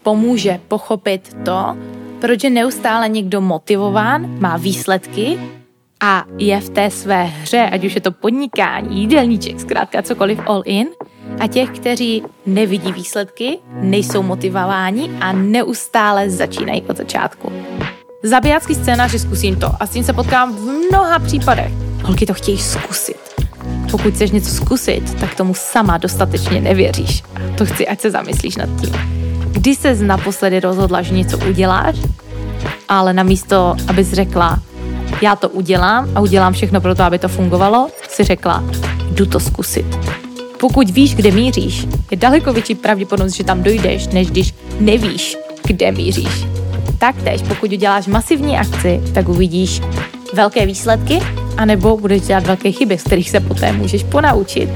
pomůže pochopit to, proč je neustále někdo motivován, má výsledky a je v té své hře, ať už je to podnikání, jídelníček, zkrátka cokoliv all in, a těch, kteří nevidí výsledky, nejsou motivováni a neustále začínají od začátku. Zabijácký scénáři zkusím to a s tím se potkám v mnoha případech. Holky to chtějí zkusit. Pokud chceš něco zkusit, tak tomu sama dostatečně nevěříš. To chci, ať se zamyslíš nad tím. Kdy ses naposledy rozhodla, že něco uděláš, ale namísto, abys řekla, já to udělám a udělám všechno pro to, aby to fungovalo, si řekla, jdu to zkusit. Pokud víš, kde míříš, je daleko větší pravděpodobnost, že tam dojdeš, než když nevíš, kde míříš. Taktéž, pokud uděláš masivní akci, tak uvidíš velké výsledky, anebo budeš dělat velké chyby, z kterých se poté můžeš ponaučit.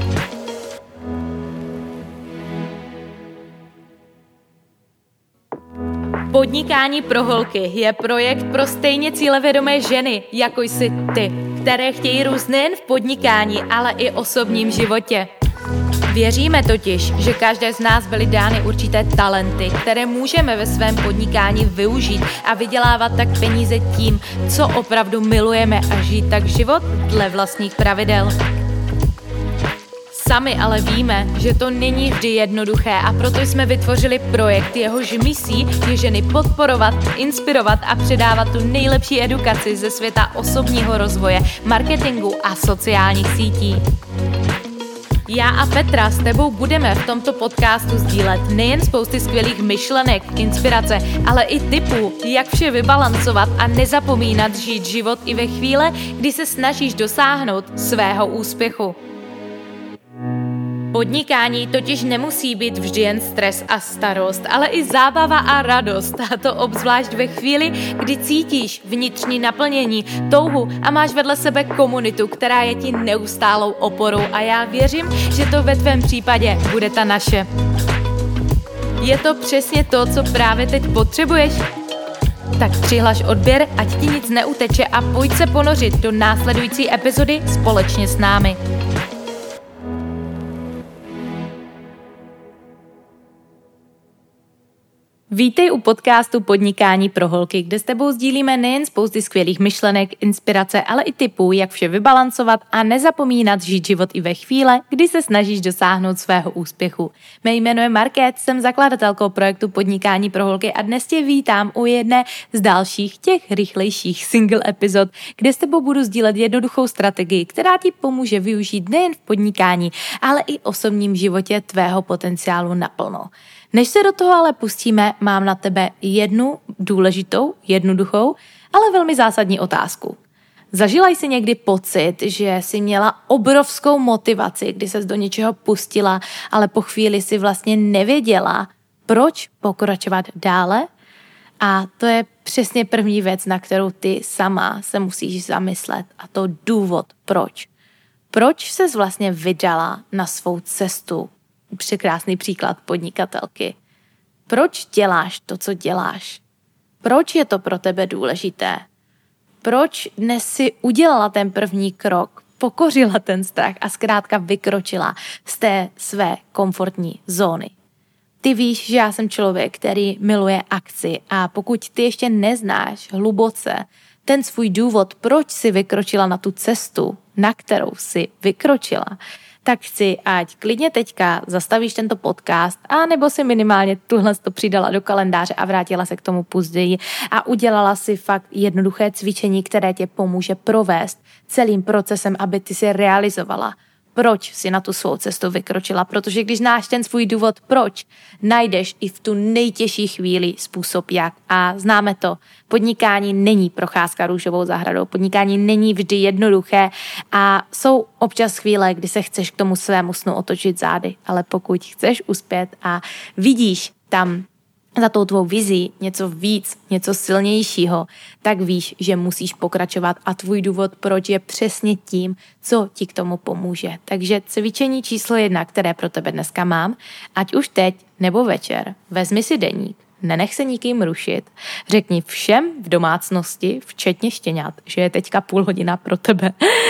Podnikání pro holky je projekt pro stejně cílevědomé ženy, jako jsi ty, které chtějí růst nejen v podnikání, ale i osobním životě. Věříme totiž, že každé z nás byly dány určité talenty, které můžeme ve svém podnikání využít a vydělávat tak peníze tím, co opravdu milujeme a žít tak život dle vlastních pravidel. Sami ale víme, že to není vždy jednoduché a proto jsme vytvořili projekt, jehož misí je ženy podporovat, inspirovat a předávat tu nejlepší edukaci ze světa osobního rozvoje, marketingu a sociálních sítí. Já a Petra s tebou budeme v tomto podcastu sdílet nejen spousty skvělých myšlenek, inspirace, ale i tipů, jak vše vybalancovat a nezapomínat žít život i ve chvíli, kdy se snažíš dosáhnout svého úspěchu. Podnikání totiž nemusí být vždy jen stres a starost, ale i zábava a radost, a to obzvlášť ve chvíli, kdy cítíš vnitřní naplnění, touhu a máš vedle sebe komunitu, která je ti neustálou oporou a já věřím, že to ve tvém případě bude ta naše. Je to přesně to, co právě teď potřebuješ? Tak přihlaš odběr, ať ti nic neuteče a pojď se ponořit do následující epizody společně s námi. Vítej u podcastu Podnikání pro holky, kde s tebou sdílíme nejen spousty skvělých myšlenek, inspirace, ale i tipů, jak vše vybalancovat a nezapomínat žít život i ve chvíli, kdy se snažíš dosáhnout svého úspěchu. Mé jméno je Market, jsem zakladatelkou projektu Podnikání pro holky a dnes tě vítám u jedné z dalších těch rychlejších single epizod, kde s tebou budu sdílet jednoduchou strategii, která ti pomůže využít nejen v podnikání, ale i osobním životě tvého potenciálu naplno. Než se do toho ale pustíme, mám na tebe jednu důležitou, jednoduchou, ale velmi zásadní otázku. Zažila jsi někdy pocit, že jsi měla obrovskou motivaci, kdy ses do něčeho pustila, ale po chvíli si vlastně nevěděla, proč pokračovat dále? A to je přesně první věc, na kterou ty sama se musíš zamyslet, a to důvod proč. Proč ses vlastně vydala na svou cestu? Překrásný příklad podnikatelky. Proč děláš to, co děláš? Proč je to pro tebe důležité? Proč dnes si udělala ten první krok, pokořila ten strach a zkrátka vykročila z té své komfortní zóny? Ty víš, že já jsem člověk, který miluje akci, a pokud ty ještě neznáš hluboce ten svůj důvod, proč si vykročila na tu cestu, na kterou si vykročila, tak chci, ať klidně teďka zastavíš tento podcast, a nebo si minimálně tuhle to přidala do kalendáře a vrátila se k tomu později a udělala si fakt jednoduché cvičení, které tě pomůže provést celým procesem, aby ty si realizovala, proč si na tu svou cestu vykročila. Protože když znáš ten svůj důvod, proč, najdeš i v tu nejtěžší chvíli způsob jak. A známe to, podnikání není procházka růžovou zahradou, podnikání není vždy jednoduché a jsou občas chvíle, kdy se chceš k tomu svému snu otočit zády. Ale pokud chceš uspět a vidíš tam za tou tvou vizí něco víc, něco silnějšího, tak víš, že musíš pokračovat a tvůj důvod, proč, je přesně tím, co ti k tomu pomůže. Takže cvičení číslo 1, které pro tebe dneska mám, ať už teď nebo večer, vezmi si deník, nenech se nikým rušit, řekni všem v domácnosti, včetně štěňat, že je teďka půl hodina pro tebe,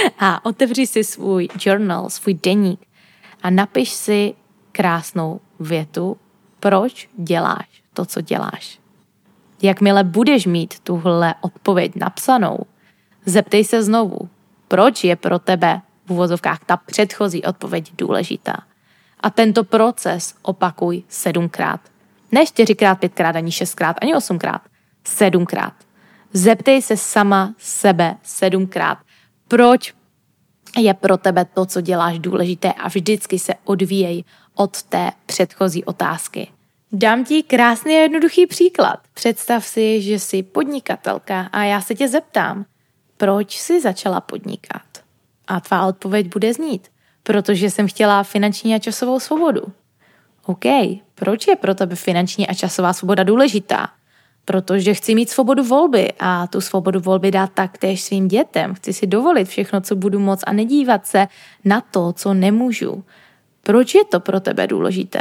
a otevři si svůj journal, svůj deník a napiš si krásnou větu proč děláš to, co děláš. Jakmile budeš mít tuhle odpověď napsanou, zeptej se znovu, proč je pro tebe v uvozovkách ta předchozí odpověď důležitá. A tento proces opakuj 7krát. Ne 4krát, 5krát, ani 6krát, ani 8krát. 7krát. Zeptej se sama sebe 7krát, proč je pro tebe to, co děláš, důležité a vždycky se odvíjej od té předchozí otázky. Dám ti krásný a jednoduchý příklad. Představ si, že jsi podnikatelka a já se tě zeptám, proč jsi začala podnikat? A tvá odpověď bude znít, protože jsem chtěla finanční a časovou svobodu. OK, proč je pro tebe finanční a časová svoboda důležitá? Protože chci mít svobodu volby a tu svobodu volby dát taktéž svým dětem. Chci si dovolit všechno, co budu moct a nedívat se na to, co nemůžu. Proč je to pro tebe důležité?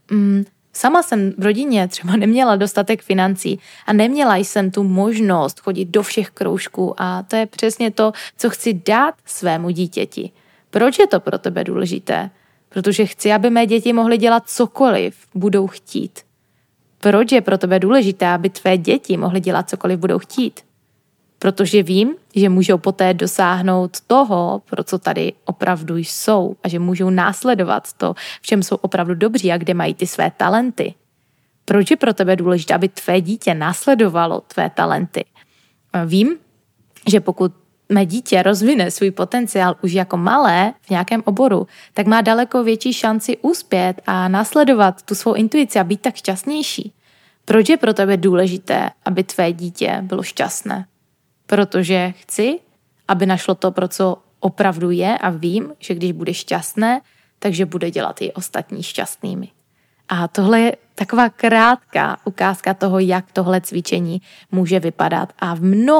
Sama jsem v rodině třeba neměla dostatek financí a neměla jsem tu možnost chodit do všech kroužků a to je přesně to, co chci dát svému dítěti. Proč je to pro tebe důležité? Protože chci, aby mé děti mohly dělat cokoliv budou chtít. Proč je pro tebe důležité, aby tvé děti mohly dělat cokoliv budou chtít? Protože vím, že můžou poté dosáhnout toho, pro co tady opravdu jsou a že můžou následovat to, v čem jsou opravdu dobří a kde mají ty své talenty. Proč je pro tebe důležité, aby tvé dítě následovalo tvé talenty? Vím, že pokud mé dítě rozvine svůj potenciál už jako malé v nějakém oboru, tak má daleko větší šanci uspět a následovat tu svou intuici a být tak šťastnější. Proč je pro tebe důležité, aby tvé dítě bylo šťastné? Protože chci, aby našlo to, pro co opravdu je a vím, že když bude šťastné, takže bude dělat i ostatní šťastnými. A tohle je taková krátká ukázka toho, jak tohle cvičení může vypadat. A v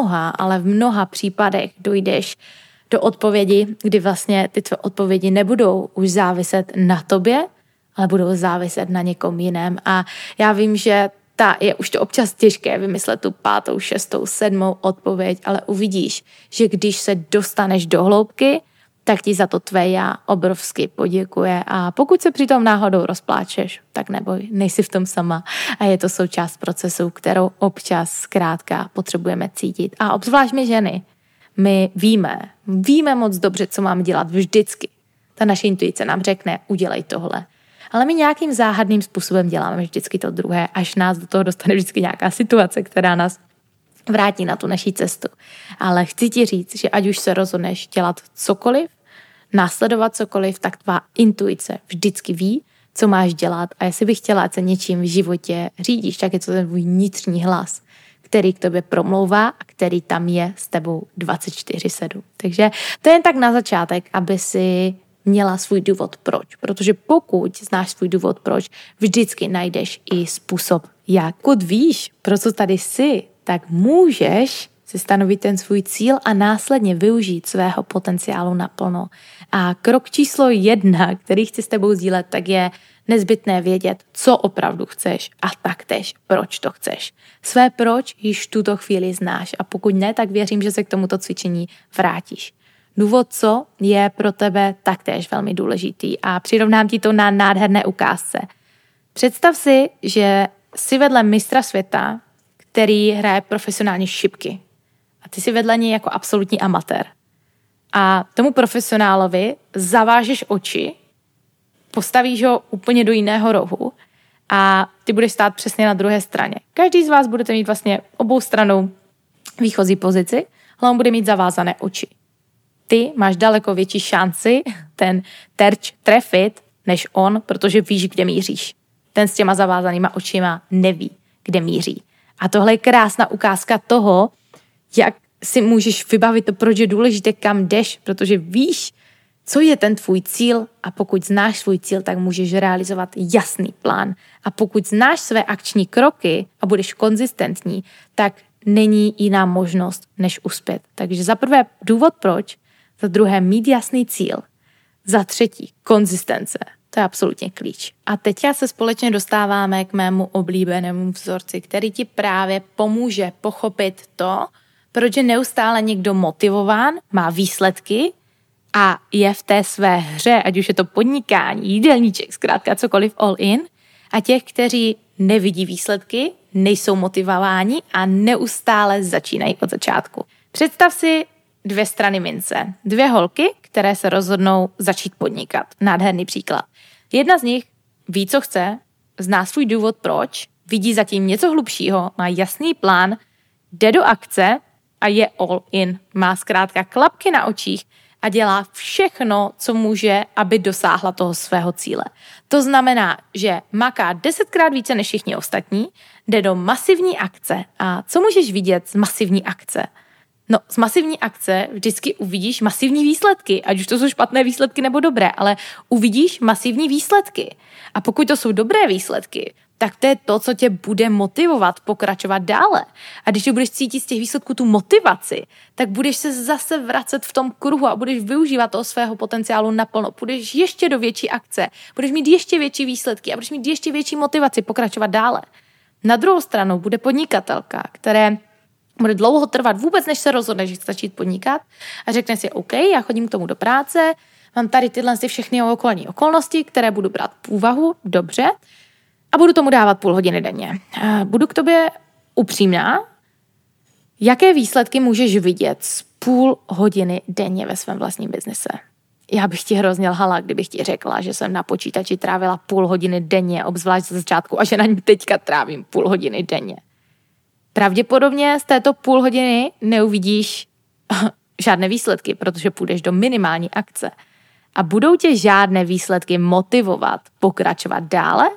mnoha případech dojdeš do odpovědi, kdy vlastně ty tvé odpovědi nebudou už záviset na tobě, ale budou záviset na někom jiném. A já vím, že je už to občas těžké vymyslet tu 5., 6., 7. odpověď, ale uvidíš, že když se dostaneš do hloubky, tak ti za to tvé já obrovsky poděkuje a pokud se přitom náhodou rozpláčeš, tak neboj, nejsi v tom sama a je to součást procesu, kterou občas zkrátka potřebujeme cítit. A obzvlášť my ženy, my víme moc dobře, co máme dělat vždycky. Ta naše intuice nám řekne, udělej tohle. Ale my nějakým záhadným způsobem děláme vždycky to druhé, až nás do toho dostane vždycky nějaká situace, která nás vrátí na tu naší cestu. Ale chci ti říct, že ať už se rozhodneš dělat cokoliv, následovat cokoliv, tak tvá intuice vždycky ví, co máš dělat. A jestli bych chtěla, ať se něčím v životě řídíš, tak je to ten tvůj vnitřní hlas, který k tobě promlouvá a který tam je s tebou 24/7. Takže to je jen tak na začátek, aby si měla svůj důvod proč. Protože pokud znáš svůj důvod proč, vždycky najdeš i způsob jak. Pokud víš, pro co tady jsi, tak můžeš si stanovit ten svůj cíl a následně využít svého potenciálu naplno. A krok číslo 1, který chci s tebou sdílet, tak je nezbytné vědět, co opravdu chceš a taktéž, proč to chceš. Své proč již v tuto chvíli znáš a pokud ne, tak věřím, že se k tomuto cvičení vrátíš. Důvod co je pro tebe taktéž velmi důležitý a přirovnám ti to na nádherné ukázce. Představ si, že jsi vedle mistra světa, který hraje profesionálně šipky. A ty jsi vedle něj jako absolutní amatér. A tomu profesionálovi zavážeš oči, postavíš ho úplně do jiného rohu a ty budeš stát přesně na druhé straně. Každý z vás budete mít vlastně obou stranou výchozí pozici, ale on bude mít zavázané oči. Ty máš daleko větší šanci ten terč trefit než on, protože víš, kde míříš. Ten s těma zavázanýma očima neví, kde míří. A tohle je krásná ukázka toho, jak si můžeš vybavit to, proč je důležité, kam jdeš, protože víš, co je ten tvůj cíl a pokud znáš svůj cíl, tak můžeš realizovat jasný plán. A pokud znáš své akční kroky a budeš konzistentní, tak není jiná možnost, než uspět. Takže za prvé důvod proč, za druhé mít jasný cíl, za třetí konzistence. To je absolutně klíč. A teď se společně dostáváme k mému oblíbenému vzorci, který ti právě pomůže pochopit to, proč je neustále někdo motivován, má výsledky a je v té své hře, ať už je to podnikání, jídelníček, zkrátka cokoliv all in, a těch, kteří nevidí výsledky, nejsou motivováni a neustále začínají od začátku. Představ si 2 strany mince. 2 holky, které se rozhodnou začít podnikat. Nádherný příklad. Jedna z nich ví, co chce, zná svůj důvod proč, vidí zatím něco hlubšího, má jasný plán, jde do akce a je all in. Má zkrátka klapky na očích a dělá všechno, co může, aby dosáhla toho svého cíle. To znamená, že maká 10krát více než všichni ostatní, jde do masivní akce. A co můžeš vidět z masivní akce? No, z masivní akce vždycky uvidíš masivní výsledky, ať už to jsou špatné výsledky nebo dobré, ale uvidíš masivní výsledky. A pokud to jsou dobré výsledky, tak to je to, co tě bude motivovat pokračovat dále. A když budeš cítit z těch výsledků tu motivaci, tak budeš se zase vracet v tom kruhu a budeš využívat toho svého potenciálu naplno. Půjdeš ještě do větší akce, budeš mít ještě větší výsledky a budeš mít ještě větší motivaci pokračovat dále. Na druhou stranu bude podnikatelka, které bude dlouho trvat vůbec, než se rozhodne, že chce začít podnikat a řekne si, OK, já chodím k tomu do práce, mám tady tyhle všechny okolní okolnosti, které budu brát v úvahu, dobře, a budu tomu dávat půl hodiny denně. Budu k tobě upřímná, jaké výsledky můžeš vidět z půl hodiny denně ve svém vlastním biznise? Já bych ti hrozně lhala, kdybych ti řekla, že jsem na počítači trávila půl hodiny denně, obzvlášť ze začátku, a že na ní teďka trávím půl hodiny denně. Pravděpodobně z této půl hodiny neuvidíš žádné výsledky, protože půjdeš do minimální akce. A budou tě žádné výsledky motivovat pokračovat dále?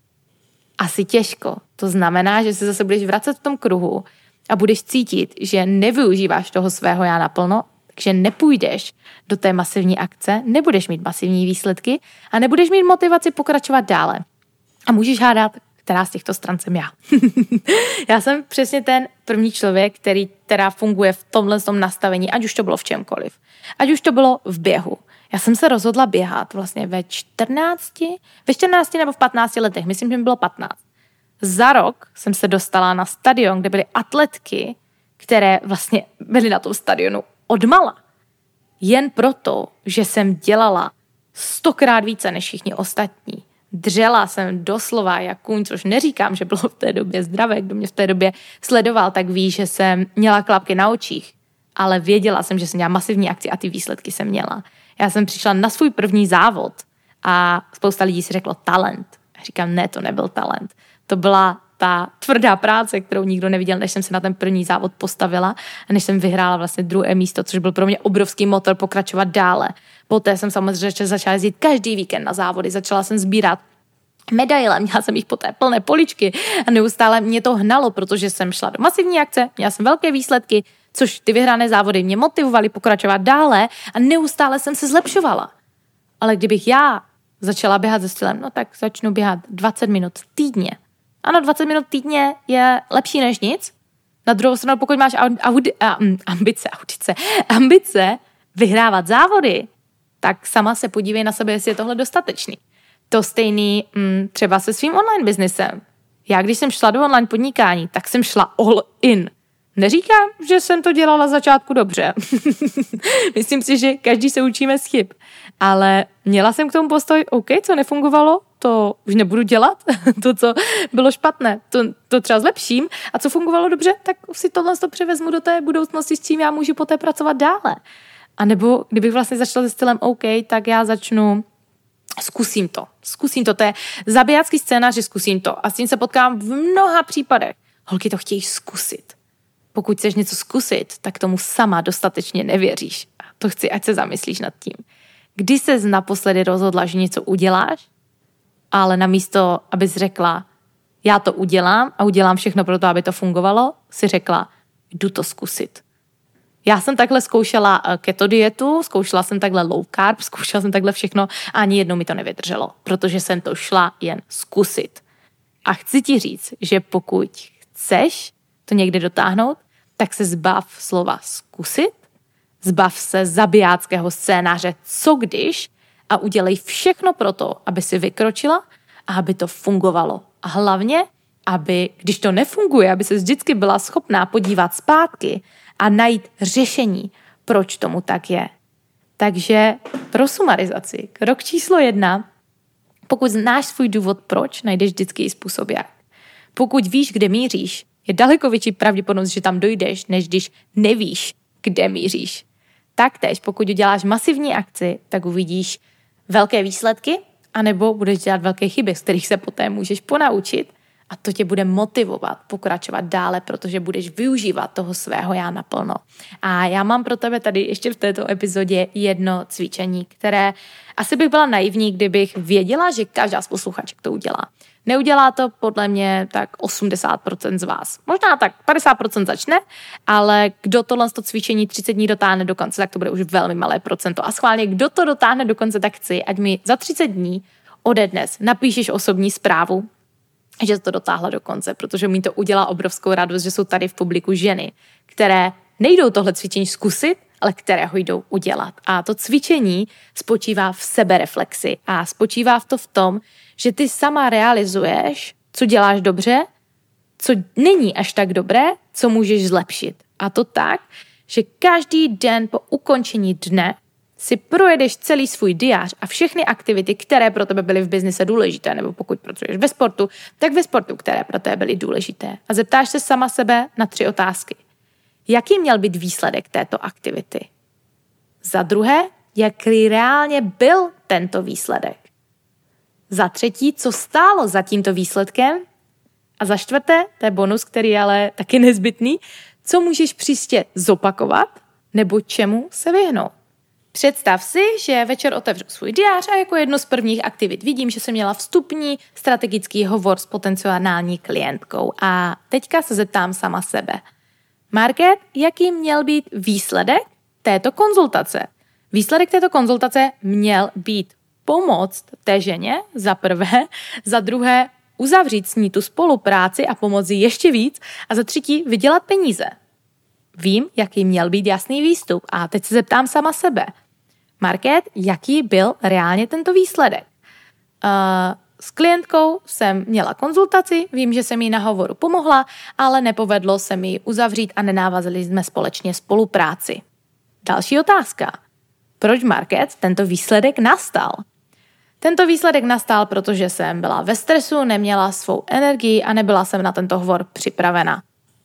Asi těžko. To znamená, že se zase budeš vracet v tom kruhu a budeš cítit, že nevyužíváš toho svého já naplno, takže nepůjdeš do té masivní akce, nebudeš mít masivní výsledky a nebudeš mít motivaci pokračovat dále. A můžeš hádat, která z těchto stran jsem já. Já jsem přesně ten první člověk, který teda funguje v tomhle nastavení, ať už to bylo v čemkoliv. Ať už to bylo v běhu. Já jsem se rozhodla běhat vlastně ve 14 nebo v 15 letech, myslím, že mi bylo 15. Za rok jsem se dostala na stadion, kde byly atletky, které vlastně byly na tom stadionu odmala. Jen proto, že jsem dělala 100krát více než všichni ostatní. Dřela jsem doslova jak kůň, což neříkám, že bylo v té době zdravé. Kdo mě v té době sledoval, tak ví, že jsem měla klapky na očích, ale věděla jsem, že jsem měla masivní akci a ty výsledky jsem měla. Já jsem přišla na svůj první závod a spousta lidí si řeklo talent. A říkám, ne, to nebyl talent. To byla ta tvrdá práce, kterou nikdo neviděl, než jsem se na ten první závod postavila a než jsem vyhrála vlastně 2. místo, což byl pro mě obrovský motor pokračovat dále. Poté jsem samozřejmě začala jezdit každý víkend na závody, začala jsem sbírat medaile, měla jsem jich poté plné poličky a neustále mě to hnalo, protože jsem šla do masivní akce, měla jsem velké výsledky, což ty vyhrané závody mě motivovaly pokračovat dále a neustále jsem se zlepšovala. Ale kdybych já začala běhat se stylem, no tak začnu běhat 20 minut týdně. Ano, 20 minut týdně je lepší než nic. Na druhou stranu, pokud máš ambice vyhrávat závody, tak sama se podívej na sebe, jestli je tohle dostatečný. To stejný třeba se svým online biznesem. Já, když jsem šla do online podnikání, tak jsem šla all in. Neříkám, že jsem to dělala začátku dobře. Myslím si, že každý se učíme z chyb. Ale měla jsem k tomu postoj, OK, co nefungovalo, to už nebudu dělat. To, co bylo špatné, to třeba zlepším. A co fungovalo dobře, tak si tohle převezmu do té budoucnosti, s čím já můžu poté pracovat dále. A nebo kdybych vlastně začala se stylem OK, tak já začnu Zkusím to, to je zabijácký scénář, že zkusím to. A s tím se potkám v mnoha případech. Holky to chtějí zkusit. Pokud chceš něco zkusit, tak tomu sama dostatečně nevěříš. A to chci, ať se zamyslíš nad tím. Kdy ses naposledy rozhodla, že něco uděláš, ale namísto, abys řekla, já to udělám a udělám všechno pro to, aby to fungovalo, si řekla, jdu to zkusit. Já jsem takhle zkoušela keto dietu, zkoušela jsem takhle low carb, zkoušela jsem takhle všechno a ani jednou mi to nevydrželo, protože jsem to šla jen zkusit. A chci ti říct, že pokud chceš to někde dotáhnout, tak se zbav slova zkusit, zbav se zabijáckého scénáře co když a udělej všechno pro to, aby si vykročila a aby to fungovalo. A hlavně, aby, když to nefunguje, aby se vždycky byla schopná podívat zpátky a najít řešení, proč tomu tak je. Takže pro sumarizaci, krok číslo 1, Pokud znáš svůj důvod proč, najdeš vždycky i způsob jak. Pokud víš, kde míříš, je daleko větší pravděpodobnost, že tam dojdeš, než když nevíš, kde míříš. Taktéž, pokud uděláš masivní akci, tak uvidíš velké výsledky, anebo budeš dělat velké chyby, z kterých se poté můžeš ponaučit a to tě bude motivovat pokračovat dále, protože budeš využívat toho svého já naplno. A já mám pro tebe tady ještě v této epizodě jedno cvičení, které asi bych byla naivní, kdybych věděla, že každá z posluchaček to udělá. Neudělá to podle mě tak 80% z vás. Možná tak 50% začne, ale kdo tohle cvičení 30 dní dotáhne do konce, tak to bude už velmi malé procento. A schválně, kdo to dotáhne do konce, tak chci, ať mi za 30 dní ode dnes napíšeš osobní zprávu, že to dotáhla do konce, protože mi to udělá obrovskou radost, že jsou tady v publiku ženy, které nejdou tohle cvičení zkusit, ale které ho jdou udělat. A to cvičení spočívá v sebereflexi a spočívá v tom, že ty sama realizuješ, co děláš dobře, co není až tak dobré, co můžeš zlepšit. A to tak, že každý den po ukončení dne si projedeš celý svůj diář a všechny aktivity, které pro tebe byly v biznise důležité, nebo pokud pracuješ ve sportu, tak ve sportu, které pro tebe byly důležité. A zeptáš se sama sebe na 3 otázky. Jaký měl být výsledek této aktivity? Za druhé, jaký reálně byl tento výsledek? Za třetí, co stálo za tímto výsledkem? A za čtvrté, to je bonus, který je ale taky nezbytný, co můžeš příště zopakovat nebo čemu se vyhnout. Představ si, že večer otevřu svůj diář a jako jedno z prvních aktivit vidím, že jsem měla vstupní strategický hovor s potenciální klientkou a teďka se zeptám sama sebe. Market, jaký měl být výsledek této konzultace? Výsledek této konzultace měl být pomoct té ženě, za prvé, za druhé uzavřít s ní tu spolupráci a pomoci ještě víc a za třetí vydělat peníze. Vím, jaký měl být jasný výstup a teď se zeptám sama sebe. Market, jaký byl reálně tento výsledek? S klientkou jsem měla konzultaci, vím, že jsem jí na hovoru pomohla, ale nepovedlo se mi uzavřít a nenávazili jsme společně spolupráci. Další otázka. Proč Market tento výsledek nastal? Tento výsledek nastal, protože jsem byla ve stresu, neměla svou energii a nebyla jsem na tento hovor připravena.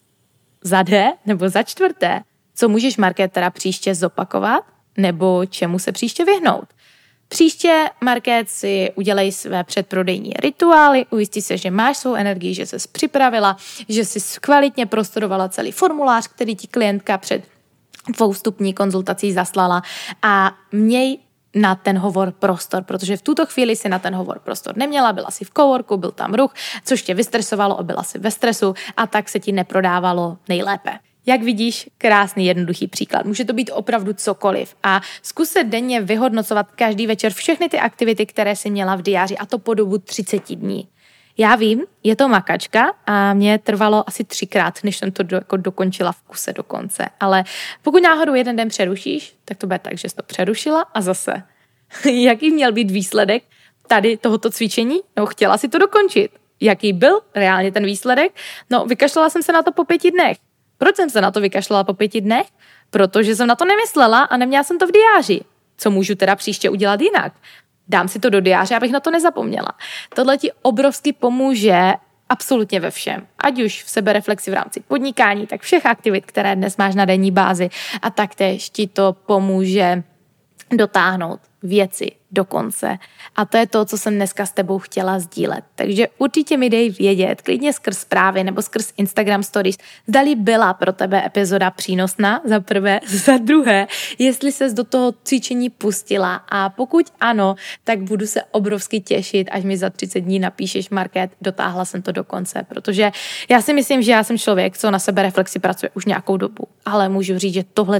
Za D nebo za čtvrté, co můžeš Market teda příště zopakovat nebo čemu se příště vyhnout? Příště, Market, si udělej své předprodejní rituály, ujistí se, že máš svou energii, že ses připravila, že jsi kvalitně prostudovala celý formulář, který ti klientka před tvou vstupní konzultací zaslala a měj na ten hovor prostor, protože v tuto chvíli si na ten hovor prostor neměla, byla si v coworku, byl tam ruch, což tě vystresovalo, byla si ve stresu a tak se ti neprodávalo nejlépe. Jak vidíš, krásný jednoduchý příklad. Může to být opravdu cokoliv a zkus se denně vyhodnocovat každý večer všechny ty aktivity, které jsi měla v diáři a to po dobu 30 dní. Já vím, je to makačka a mě trvalo asi 3krát, než jsem to dokončila v kuse do konce. Ale pokud náhodou jeden den přerušíš, tak to bude tak, že jsi to přerušila a zase. Jaký měl být výsledek tady tohoto cvičení? No, chtěla si to dokončit. Jaký byl reálně ten výsledek? No, vykašlala jsem se na to po 5 dnech. Proč jsem se na to vykašlala po 5 dnech? Protože jsem na to nemyslela a neměla jsem to v diáři. Co můžu teda příště udělat jinak? Dám si to do diáře, abych na to nezapomněla. Tohle ti obrovsky pomůže absolutně ve všem. Ať už v sebereflexi v rámci podnikání, tak všech aktivit, které dnes máš na denní bázi a taktéž ti to pomůže dotáhnout věci do konce. A to je to, co jsem dneska s tebou chtěla sdílet. Takže určitě mi dej vědět, klidně skrz zprávy nebo skrz Instagram Stories, zdali byla pro tebe epizoda přínosná, za prvé, za druhé, jestli ses do toho cvičení pustila a pokud ano, tak budu se obrovsky těšit, až mi za 30 dní napíšeš, Market, dotáhla jsem to do konce, protože já si myslím, že já jsem člověk, co na sebereflexi pracuje už nějakou dobu, ale můžu říct, že tohle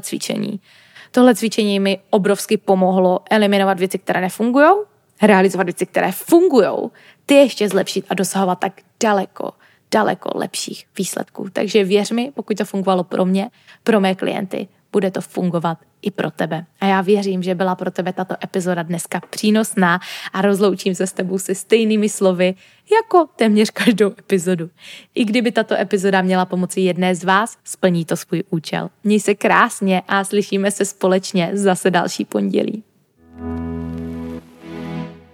cvičení mi obrovsky pomohlo eliminovat věci, které nefungují, realizovat věci, které fungují, ty ještě zlepšit a dosahovat tak daleko lepších výsledků. Takže věř mi, pokud to fungovalo pro mě, pro mé klienty, bude to fungovat i pro tebe. A já věřím, že byla pro tebe tato epizoda dneska přínosná a rozloučím se s tebou se stejnými slovy jako téměř každou epizodu. I kdyby tato epizoda měla pomoci jedné z vás, splní to svůj účel. Měj se krásně a slyšíme se společně zase další pondělí.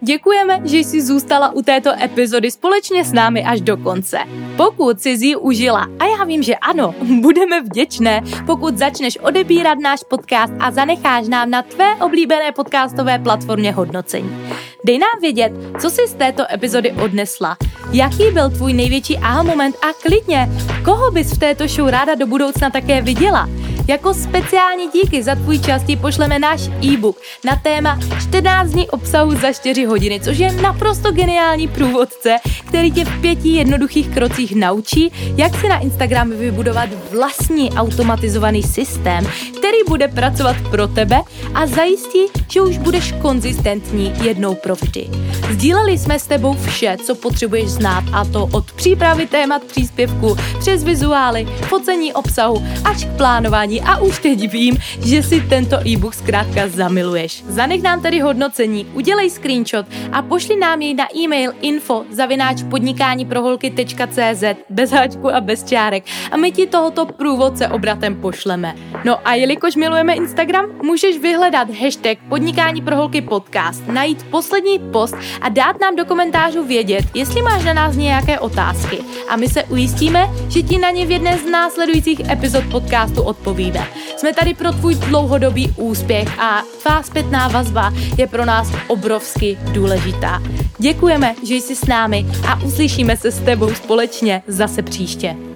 Děkujeme, že jsi zůstala u této epizody společně s námi až do konce. Pokud jsi ji užila, a já vím, že ano, budeme vděčné, pokud začneš odebírat náš podcast a zanecháš nám na tvé oblíbené podcastové platformě hodnocení. Dej nám vědět, co jsi z této epizody odnesla, jaký byl tvůj největší aha moment a klidně, koho bys v této show ráda do budoucna také viděla. Jako speciální díky za tvůj čas ti pošleme náš e-book na téma 14 dní obsahu za 4 hodiny, což je naprosto geniální průvodce, který tě v 5 jednoduchých krocích naučí, jak si na Instagramu vybudovat vlastní automatizovaný systém, který bude pracovat pro tebe a zajistí, že už budeš konzistentní jednou provždy. Sdíleli jsme s tebou vše, co potřebuješ znát, a to od přípravy témat příspěvku přes vizuály, focení obsahu až k plánování, a už teď vím, že si tento e-book zkrátka zamiluješ. Zanech nám tedy hodnocení, udělej screenshot a pošli nám jej na e-mail info@podnikániproholky.cz bez háčku a bez čárek a my ti tohoto průvodce obratem pošleme. No a jelikož milujeme Instagram, můžeš vyhledat hashtag Podnikání pro holky podcast, najít poslední post a dát nám do komentářů vědět, jestli máš na nás nějaké otázky, a my se ujistíme, že ti na ně v jedné z následujících epizod podcastu odpovíme. Jsme tady pro tvůj dlouhodobý úspěch a tvá zpětná vazba je pro nás obrovsky důležitá. Děkujeme, že jsi s námi a uslyšíme se s tebou společně zase příště.